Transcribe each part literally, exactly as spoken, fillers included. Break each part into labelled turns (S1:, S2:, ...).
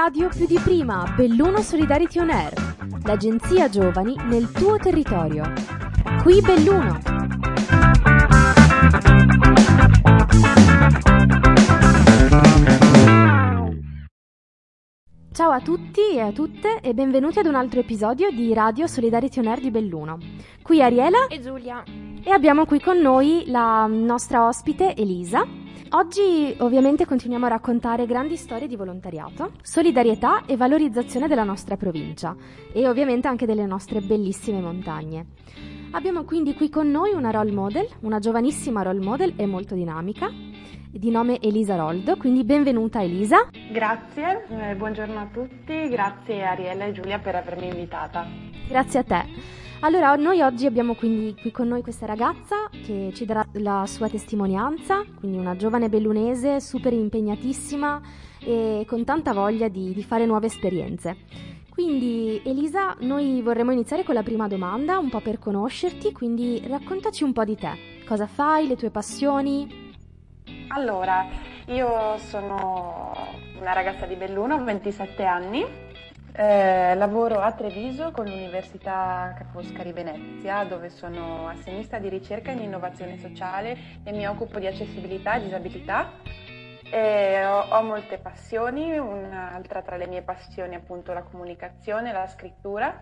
S1: radio più di prima, Belluno Solidarity On Air, l'agenzia giovani nel tuo territorio. Qui Belluno. Ciao a tutti e a tutte e benvenuti ad un altro episodio di Radio Solidarity On Air di Belluno. Qui Ariela
S2: e Giulia
S1: e abbiamo qui con noi la nostra ospite Elisa. Oggi ovviamente continuiamo a raccontare grandi storie di volontariato, solidarietà e valorizzazione della nostra provincia e ovviamente anche delle nostre bellissime montagne. Abbiamo quindi qui con noi una role model, una giovanissima role model e molto dinamica, di nome Elisa Roldo, quindi benvenuta Elisa.
S3: Grazie, eh, buongiorno a tutti, grazie Ariella e Giulia per avermi invitata.
S1: Grazie a te. Allora, noi oggi abbiamo quindi qui con noi questa ragazza che ci darà la sua testimonianza, quindi una giovane bellunese super impegnatissima e con tanta voglia di, di fare nuove esperienze. Quindi Elisa, noi vorremmo iniziare con la prima domanda, un po' per conoscerti, quindi raccontaci un po' di te. Cosa fai, le tue passioni?
S3: Allora, io sono una ragazza di Belluno, ho ventisette anni, eh, lavoro a Treviso con l'Università Ca' Foscari Venezia, dove sono assenista di ricerca in innovazione sociale e mi occupo di accessibilità e disabilità. E ho, ho molte passioni, un'altra tra le mie passioni è appunto la comunicazione, la scrittura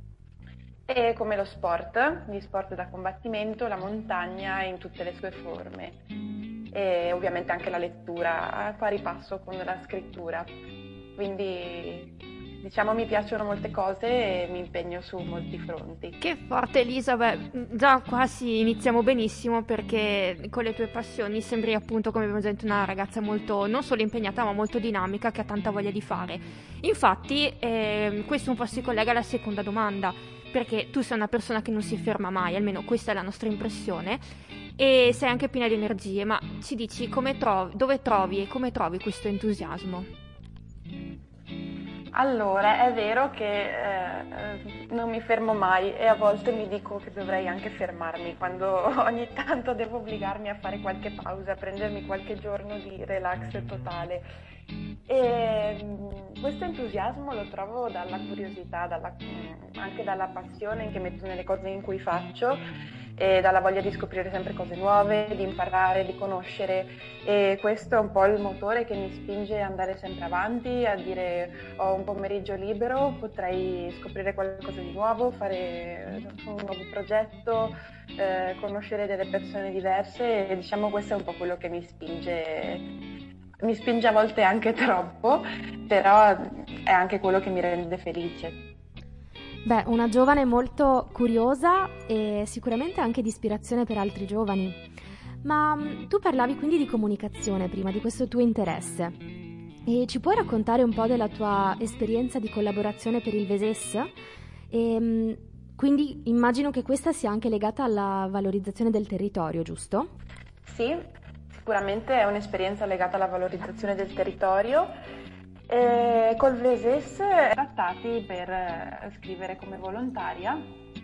S3: e come lo sport, gli sport da combattimento, la montagna in tutte le sue forme e ovviamente anche la lettura a pari passo con la scrittura, quindi diciamo mi piacciono molte cose e mi impegno su molti fronti.
S2: Che forte Elisa, beh, già quasi iniziamo benissimo perché con le tue passioni sembri appunto, come abbiamo già detto, una ragazza molto, non solo impegnata ma molto dinamica che ha tanta voglia di fare. Infatti eh, questo un po' si collega alla seconda domanda, perché tu sei una persona che non si ferma mai, almeno questa è la nostra impressione, e sei anche piena di energie, ma ci dici come trovi, dove trovi e come trovi questo entusiasmo?
S3: Allora, è vero che eh, non mi fermo mai e a volte mi dico che dovrei anche fermarmi quando ogni tanto devo obbligarmi a fare qualche pausa, a prendermi qualche giorno di relax totale. E questo entusiasmo lo trovo dalla curiosità, dalla, anche dalla passione che metto nelle cose in cui faccio e dalla voglia di scoprire sempre cose nuove, di imparare, di conoscere, e questo è un po' il motore che mi spinge ad andare sempre avanti, a dire ho un pomeriggio libero, potrei scoprire qualcosa di nuovo, fare un nuovo progetto, eh, conoscere delle persone diverse, e diciamo questo è un po' quello che mi spinge, mi spinge a volte anche troppo, però è anche quello che mi rende felice.
S1: Beh, una giovane molto curiosa e sicuramente anche di ispirazione per altri giovani. Ma mh, tu parlavi quindi di comunicazione prima, di questo tuo interesse. E ci puoi raccontare un po' della tua esperienza di collaborazione per il Veses? E, mh, quindi immagino che questa sia anche legata alla valorizzazione del territorio, giusto?
S3: Sì, sicuramente è un'esperienza legata alla valorizzazione del territorio. E col Veses trattati per eh, scrivere come volontaria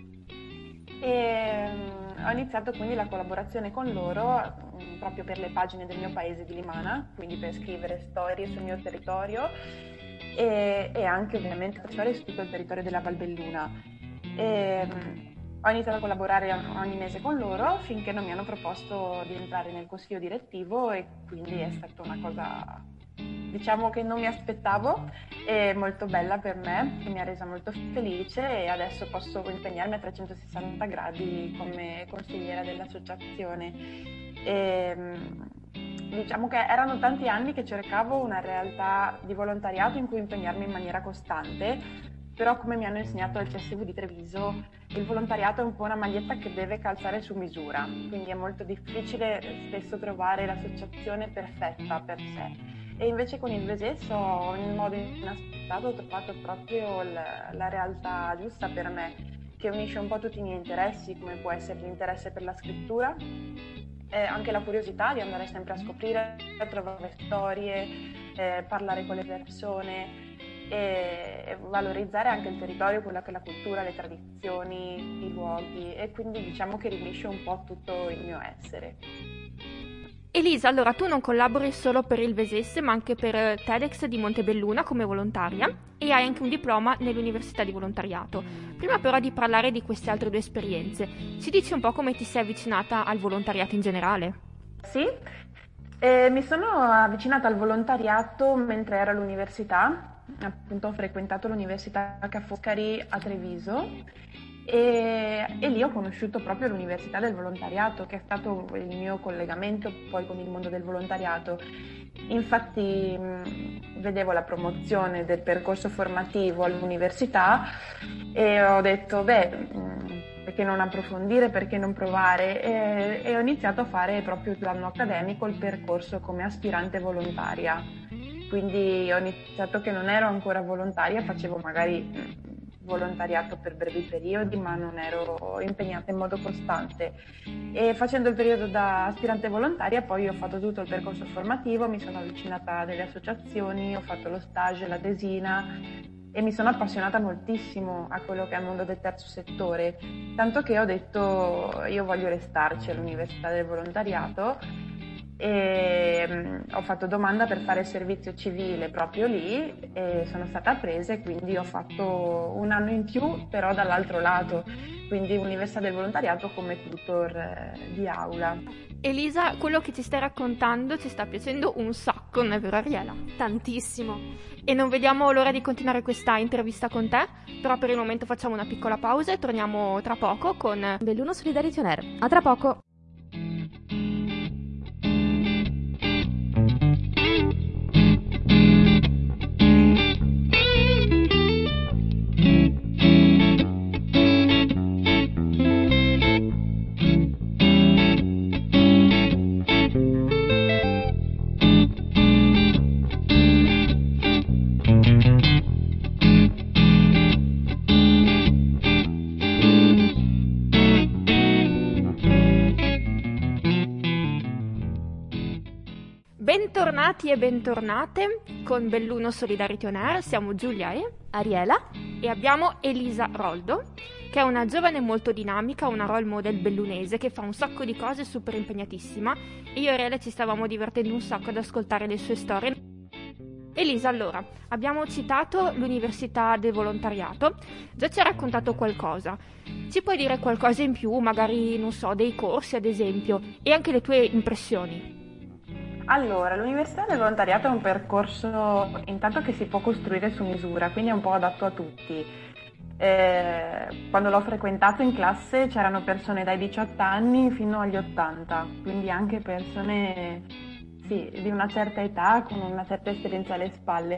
S3: e um, ho iniziato quindi la collaborazione con loro um, proprio per le pagine del mio paese di Limana, quindi per scrivere storie sul mio territorio e, e anche ovviamente storie su tutto il territorio della Val Belluna. E, um, ho iniziato a collaborare ogni mese con loro finché non mi hanno proposto di entrare nel consiglio direttivo e quindi è stata una cosa, diciamo, che non mi aspettavo e molto bella per me, che mi ha resa molto felice, e adesso posso impegnarmi a trecentosessanta gradi come consigliera dell'associazione. E, diciamo che erano tanti anni che cercavo una realtà di volontariato in cui impegnarmi in maniera costante, però come mi hanno insegnato al C S V di Treviso, il volontariato è un po' una maglietta che deve calzare su misura, quindi è molto difficile spesso trovare l'associazione perfetta per sé. E invece con il Veses ho in modo inaspettato ho trovato proprio la, la realtà giusta per me, che unisce un po' tutti i miei interessi, come può essere l'interesse per la scrittura, e anche la curiosità di andare sempre a scoprire, a trovare storie, eh, parlare con le persone e valorizzare anche il territorio, quella che è la cultura, le tradizioni, i luoghi, e quindi diciamo che riunisce un po' tutto il mio essere.
S2: Elisa, allora tu non collabori solo per il Vesesse, ma anche per eh, TEDx di Montebelluna come volontaria e hai anche un diploma nell'Università di Volontariato. Prima però di parlare di queste altre due esperienze, ci dici un po' come ti sei avvicinata al volontariato in generale?
S3: Sì, eh, mi sono avvicinata al volontariato mentre ero all'università, appunto ho frequentato l'Università Ca' Foscari a Treviso e, e lì ho conosciuto proprio l'Università del Volontariato, che è stato il mio collegamento poi con il mondo del volontariato. Infatti mh, vedevo la promozione del percorso formativo all'università e ho detto, beh, mh, perché non approfondire, perché non provare? E, e ho iniziato a fare proprio l'anno accademico il percorso come aspirante volontaria. Quindi ho iniziato che non ero ancora volontaria, facevo magari mh, volontariato per brevi periodi, ma non ero impegnata in modo costante. E facendo il periodo da aspirante volontaria poi ho fatto tutto il percorso formativo, mi sono avvicinata a delle associazioni, ho fatto lo stage, la tesina e mi sono appassionata moltissimo a quello che è il mondo del terzo settore, tanto che ho detto io voglio restarci all'Università del Volontariato e um, ho fatto domanda per fare il servizio civile proprio lì e sono stata presa e quindi ho fatto un anno in più però dall'altro lato, quindi Università del Volontariato come tutor eh, di aula.
S2: Elisa, quello che ci stai raccontando ci sta piacendo un sacco, non è vero Ariela?
S1: Tantissimo.
S2: E non vediamo l'ora di continuare questa intervista con te, però per il momento facciamo una piccola pausa e torniamo tra poco con
S1: Belluno Solidarity On Air. A tra poco.
S2: Bentornati e bentornate con Belluno Solidarity On Air, siamo Giulia e
S1: Ariela
S2: e abbiamo Elisa Roldo, che è una giovane molto dinamica, una role model bellunese che fa un sacco di cose, super impegnatissima e io e Ariela ci stavamo divertendo un sacco ad ascoltare le sue storie. Elisa, allora, abbiamo citato l'Università del Volontariato, già ci ha raccontato qualcosa. Ci puoi dire qualcosa in più, magari, non so, dei corsi ad esempio, e anche le tue impressioni?
S3: Allora, l'Università del Volontariato è un percorso intanto che si può costruire su misura, quindi è un po' adatto a tutti. Eh, quando l'ho frequentato in classe c'erano persone dai diciotto anni fino agli ottanta, quindi anche persone sì, di una certa età con una certa esperienza alle spalle.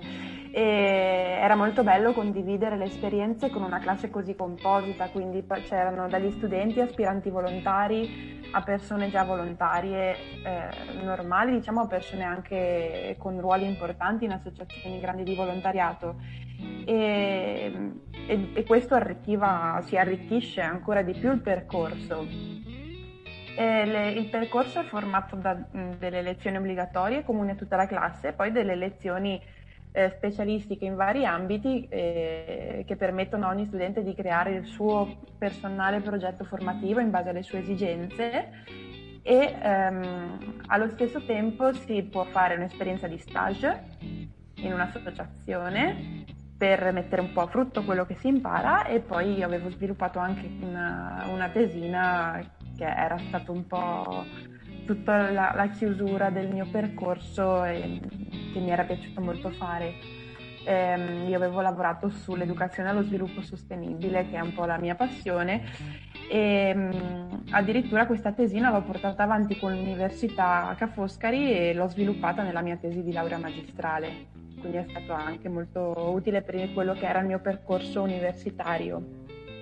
S3: E era molto bello condividere le esperienze con una classe così composita, quindi c'erano dagli studenti aspiranti volontari a persone già volontarie eh, normali, diciamo a persone anche con ruoli importanti in associazioni grandi di volontariato e, e, e questo arricchiva, si arricchisce ancora di più il percorso. E le, il percorso è formato da mh, delle lezioni obbligatorie comuni a tutta la classe e poi delle lezioni eh, specialistiche in vari ambiti eh, che permettono a ogni studente di creare il suo personale progetto formativo in base alle sue esigenze e ehm, allo stesso tempo si può fare un'esperienza di stage in un'associazione per mettere un po' a frutto quello che si impara e poi io avevo sviluppato anche una, una tesina che era stato un po' tutta la, la chiusura del mio percorso e che mi era piaciuto molto fare. Eh, io avevo lavorato sull'educazione allo sviluppo sostenibile, che è un po' la mia passione, e mh, addirittura questa tesina l'ho portata avanti con l'Università Ca' Foscari e l'ho sviluppata nella mia tesi di laurea magistrale, quindi è stato anche molto utile per quello che era il mio percorso universitario.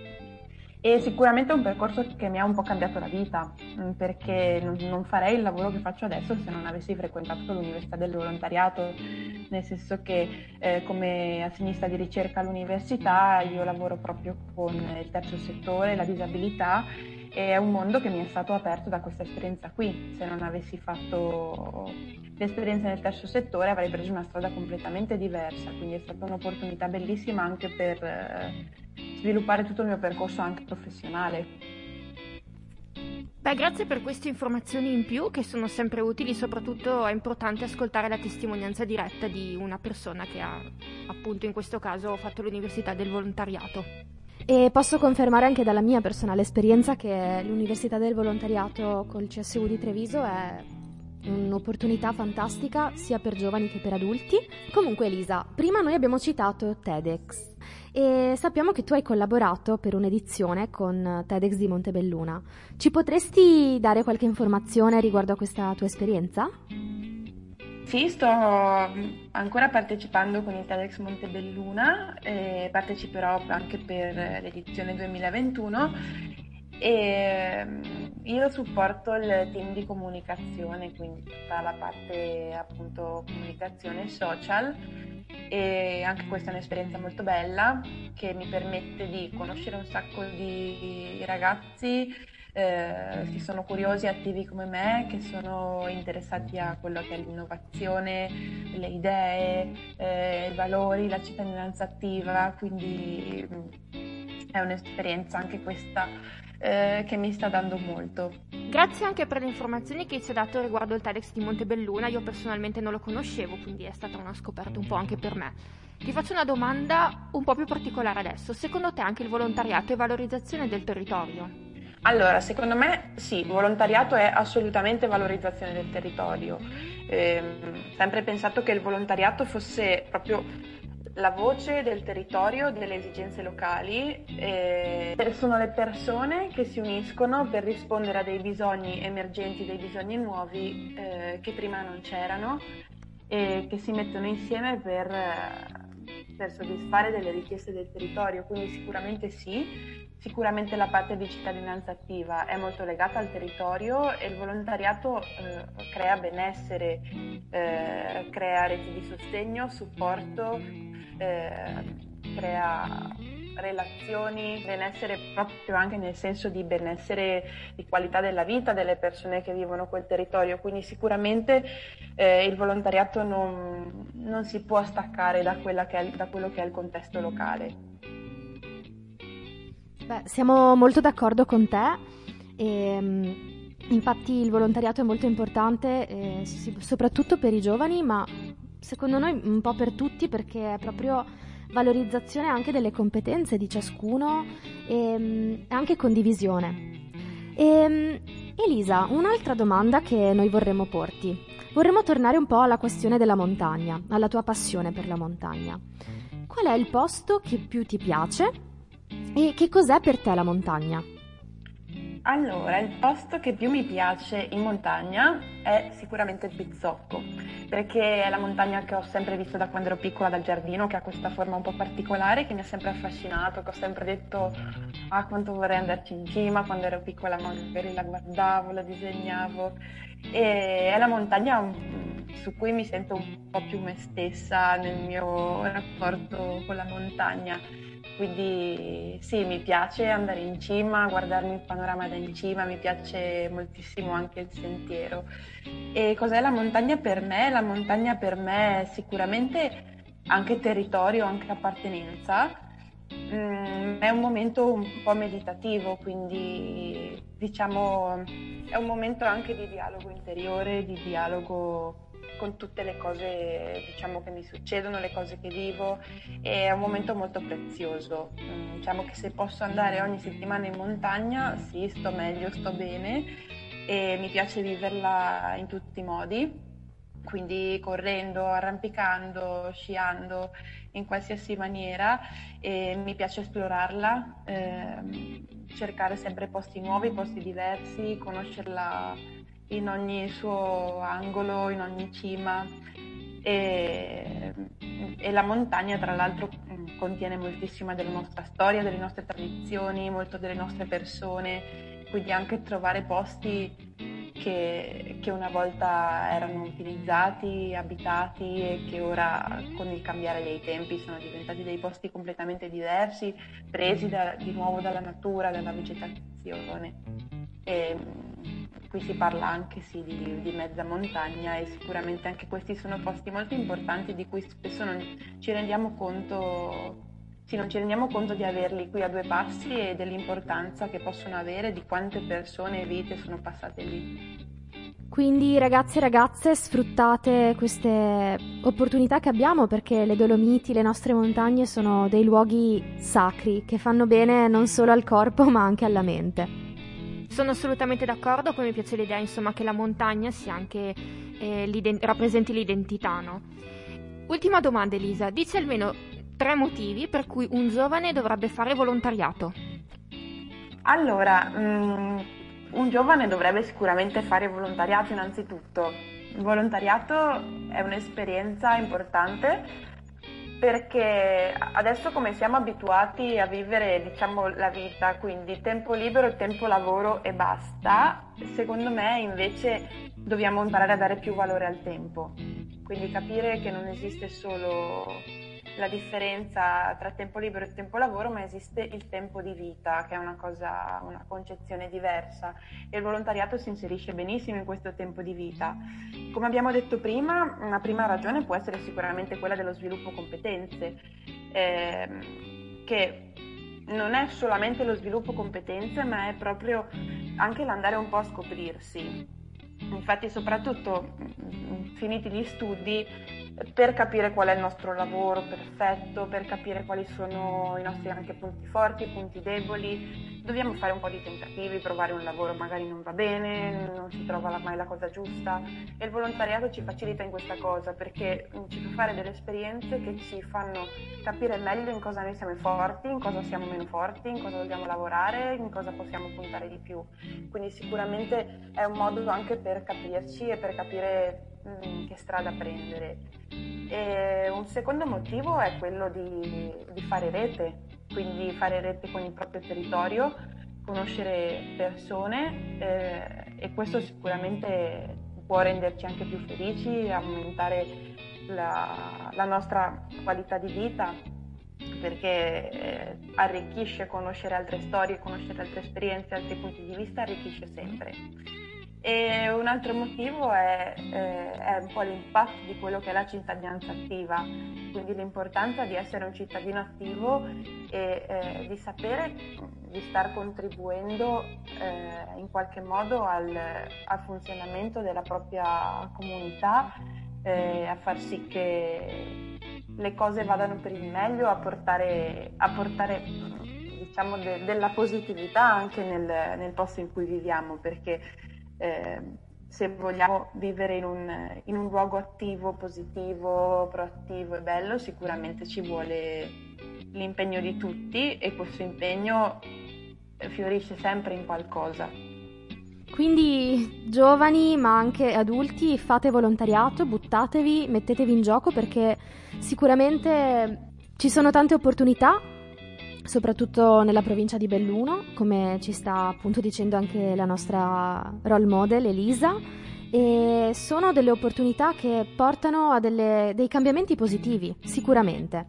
S3: E sicuramente è un percorso che mi ha un po' cambiato la vita, perché non farei il lavoro che faccio adesso se non avessi frequentato l'Università del Volontariato, nel senso che eh, come assegnista di ricerca all'università io lavoro proprio con il terzo settore, la disabilità, e è un mondo che mi è stato aperto da questa esperienza qui. Se non avessi fatto l'esperienza nel terzo settore avrei preso una strada completamente diversa, quindi è stata un'opportunità bellissima anche per eh, sviluppare tutto il mio percorso anche professionale.
S2: Beh, grazie per queste informazioni in più che sono sempre utili, soprattutto è importante ascoltare la testimonianza diretta di una persona che ha, appunto in questo caso, fatto l'università del volontariato.
S1: E posso confermare anche dalla mia personale esperienza che l'Università del Volontariato col C S U di Treviso è un'opportunità fantastica sia per giovani che per adulti. Comunque Elisa, prima noi abbiamo citato TEDx e sappiamo che tu hai collaborato per un'edizione con TEDx di Montebelluna. Ci potresti dare qualche informazione riguardo a questa tua esperienza?
S3: Sì, sto ancora partecipando con il TEDx Montebelluna e parteciperò anche per l'edizione duemilaventuno e io supporto il team di comunicazione, quindi tutta la parte appunto comunicazione social, e anche questa è un'esperienza molto bella che mi permette di conoscere un sacco di ragazzi eh, che sono curiosi e attivi come me, che sono interessati a quello che è l'innovazione, le idee, eh, i valori, la cittadinanza attiva, quindi mh, è un'esperienza anche questa eh, che mi sta dando molto.
S2: Grazie anche per le informazioni che ci hai dato riguardo il TEDx di Montebelluna. Io personalmente non lo conoscevo, quindi è stata una scoperta un po' anche per me. Ti faccio una domanda un po' più particolare adesso. Secondo te anche il volontariato è valorizzazione del territorio?
S3: Allora, secondo me sì, volontariato è assolutamente valorizzazione del territorio. Ehm, sempre pensato che il volontariato fosse proprio la voce del territorio, delle esigenze locali. Eh, sono le persone che si uniscono per rispondere a dei bisogni emergenti, dei bisogni nuovi eh, che prima non c'erano e che si mettono insieme per, per soddisfare delle richieste del territorio. Quindi sicuramente sì. Sicuramente la parte di cittadinanza attiva è molto legata al territorio e il volontariato eh, crea benessere, eh, crea reti di sostegno, supporto, eh, crea relazioni, benessere proprio anche nel senso di benessere, di qualità della vita delle persone che vivono quel territorio. Quindi sicuramente eh, il volontariato non, non si può staccare da, quella che è, da quello che è il contesto locale.
S1: Beh, siamo molto d'accordo con te. E, infatti il volontariato è molto importante, eh, sì, soprattutto per i giovani, ma secondo noi un po' per tutti, perché è proprio valorizzazione anche delle competenze di ciascuno e anche condivisione. E, Elisa, un'altra domanda che noi vorremmo porti. Vorremmo tornare un po' alla questione della montagna, alla tua passione per la montagna. Qual è il posto che più ti piace? E che cos'è per te la montagna?
S3: Allora, il posto che più mi piace in montagna è sicuramente il Pizzocco, perché è la montagna che ho sempre visto da quando ero piccola dal giardino, che ha questa forma un po' particolare, che mi ha sempre affascinato, che ho sempre detto ah, quanto vorrei andarci in cima. Quando ero piccola magari la guardavo, la disegnavo, e è la montagna su cui mi sento un po' più me stessa nel mio rapporto con la montagna. Quindi sì, mi piace andare in cima, guardarmi il panorama da in cima, mi piace moltissimo anche il sentiero. E cos'è la montagna per me? La montagna per me è sicuramente anche territorio, anche appartenenza. Mm, è un momento un po' meditativo, quindi diciamo è un momento anche di dialogo interiore, di dialogo con tutte le cose, diciamo, che mi succedono, le cose che vivo, e è un momento molto prezioso. Mm, diciamo che se posso andare ogni settimana in montagna, sì, sto meglio, sto bene, e mi piace viverla in tutti i modi, quindi correndo, arrampicando, sciando, in qualsiasi maniera, e mi piace esplorarla, ehm, cercare sempre posti nuovi, posti diversi, conoscerla in ogni suo angolo, in ogni cima. E, e la montagna tra l'altro contiene moltissima della nostra storia, delle nostre tradizioni, molto delle nostre persone, quindi anche trovare posti che, che una volta erano utilizzati, abitati e che ora con il cambiare dei tempi sono diventati dei posti completamente diversi, presi da, di nuovo dalla natura, dalla vegetazione. E, qui si parla anche sì, di, di mezza montagna, e sicuramente anche questi sono posti molto importanti di cui spesso non ci rendiamo conto sì, non ci rendiamo conto di averli qui a due passi e dell'importanza che possono avere, di quante persone e vite sono passate lì.
S1: Quindi ragazzi e ragazze, sfruttate queste opportunità che abbiamo, perché le Dolomiti, le nostre montagne sono dei luoghi sacri che fanno bene non solo al corpo ma anche alla mente.
S2: Sono assolutamente d'accordo, poi mi piace l'idea insomma che la montagna sia anche eh, l'ident- rappresenti l'identità, no? Ultima domanda Elisa, dici almeno tre motivi per cui un giovane dovrebbe fare volontariato.
S3: Allora, mh, un giovane dovrebbe sicuramente fare volontariato innanzitutto. Il volontariato è un'esperienza importante perché adesso come siamo abituati a vivere, diciamo, la vita, quindi tempo libero, tempo lavoro e basta, secondo me invece dobbiamo imparare a dare più valore al tempo. Quindi capire che non esiste solo la differenza tra tempo libero e tempo lavoro, ma esiste il tempo di vita, che è una cosa, una concezione diversa, e il volontariato si inserisce benissimo in questo tempo di vita. Come abbiamo detto prima, una prima ragione può essere sicuramente quella dello sviluppo competenze, ehm, che non è solamente lo sviluppo competenze, ma è proprio anche l'andare un po' a scoprirsi. Infatti, soprattutto finiti gli studi, per capire qual è il nostro lavoro perfetto, per capire quali sono i nostri anche punti forti, punti deboli, dobbiamo fare un po' di tentativi, provare un lavoro magari non va bene, non si trova mai la cosa giusta, e il volontariato ci facilita in questa cosa perché ci fa fare delle esperienze che ci fanno capire meglio in cosa noi siamo forti, in cosa siamo meno forti, in cosa dobbiamo lavorare, in cosa possiamo puntare di più. Quindi sicuramente è un modo anche per capirci e per capire mh, che strada prendere. E un secondo motivo è quello di, di fare rete, quindi fare rete con il proprio territorio, conoscere persone eh, e questo sicuramente può renderci anche più felici, aumentare la, la nostra qualità di vita, perché eh, arricchisce conoscere altre storie, conoscere altre esperienze, altri punti di vista, arricchisce sempre. E un altro motivo è, eh, è un po' l'impatto di quello che è la cittadinanza attiva, quindi l'importanza di essere un cittadino attivo e eh, di sapere di star contribuendo eh, in qualche modo al, al funzionamento della propria comunità, eh, a far sì che le cose vadano per il meglio, a portare, a portare diciamo de, della positività anche nel, nel posto in cui viviamo, perché Eh, se vogliamo vivere in un, in un luogo attivo, positivo, proattivo e bello, sicuramente ci vuole l'impegno di tutti e questo impegno fiorisce sempre in qualcosa.
S1: Quindi giovani ma anche adulti, fate volontariato, buttatevi, mettetevi in gioco, perché sicuramente ci sono tante opportunità, soprattutto nella provincia di Belluno, come ci sta appunto dicendo anche la nostra role model Elisa, e sono delle opportunità che portano a delle, dei cambiamenti positivi, sicuramente.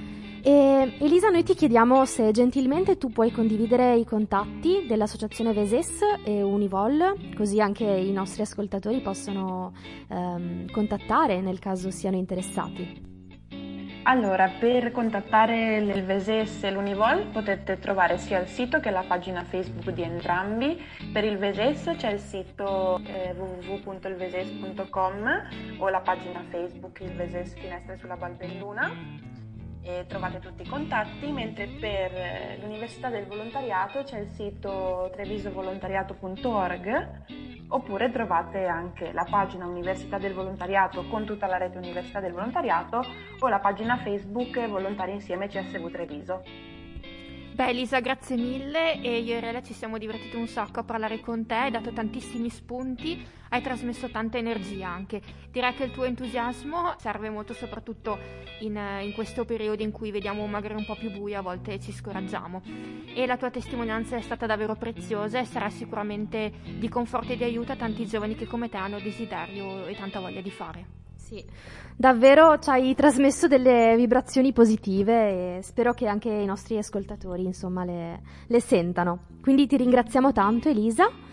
S1: E Elisa, noi ti chiediamo se gentilmente tu puoi condividere i contatti dell'associazione Veses e Univol, così anche i nostri ascoltatori possono ehm, contattare nel caso siano interessati.
S3: Allora, per contattare il Veses e l'Univol potete trovare sia il sito che la pagina Facebook di entrambi. Per il Veses c'è il sito eh, w w w punto il veses punto com o la pagina Facebook Il Veses Finestre sulla Val Belluna e trovate tutti i contatti, mentre per l'Università del Volontariato c'è il sito trevisovolontariato punto org oppure trovate anche la pagina Università del Volontariato con tutta la rete Università del Volontariato o la pagina Facebook Volontari Insieme C S V Treviso.
S2: Beh Elisa, grazie mille, e io e Irene ci siamo divertiti un sacco a parlare con te, hai dato tantissimi spunti, hai trasmesso tanta energia anche. Direi che il tuo entusiasmo serve molto soprattutto in, in questo periodo in cui vediamo magari un po' più buio, a volte ci scoraggiamo, e la tua testimonianza è stata davvero preziosa e sarà sicuramente di conforto e di aiuto a tanti giovani che come te hanno desiderio e tanta voglia di fare.
S1: Sì, davvero ci hai trasmesso delle vibrazioni positive e spero che anche i nostri ascoltatori insomma le, le sentano. Quindi ti ringraziamo tanto Elisa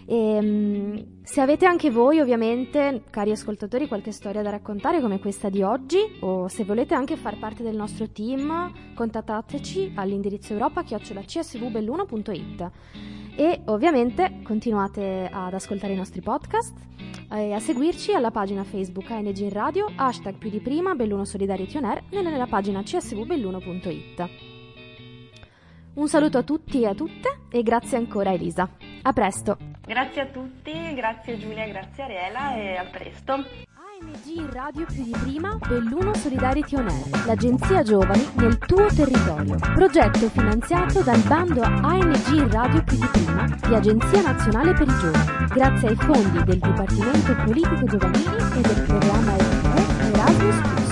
S1: E, um, se avete anche voi, ovviamente, cari ascoltatori, qualche storia da raccontare come questa di oggi, o se volete anche far parte del nostro team, contattateci all'indirizzo europa chiocciola c s v belluno punto i t. E ovviamente continuate ad ascoltare i nostri podcast e a seguirci alla pagina Facebook A N G in Radio, hashtag più di prima, Belluno Solidarity On Air, e nella pagina c s v belluno punto i t. Un saluto a tutti e a tutte e grazie ancora Elisa. A presto.
S3: Grazie a tutti, grazie Giulia, grazie Ariela e a presto.
S1: A N G in Radio più di prima, Belluno Solidarity On Air, l'agenzia giovani nel tuo territorio. Progetto finanziato dal bando A N G in Radio più di prima di Agenzia Nazionale per i Giovani, grazie ai fondi del Dipartimento Politiche Giovanili e del programma Erasmus Plus.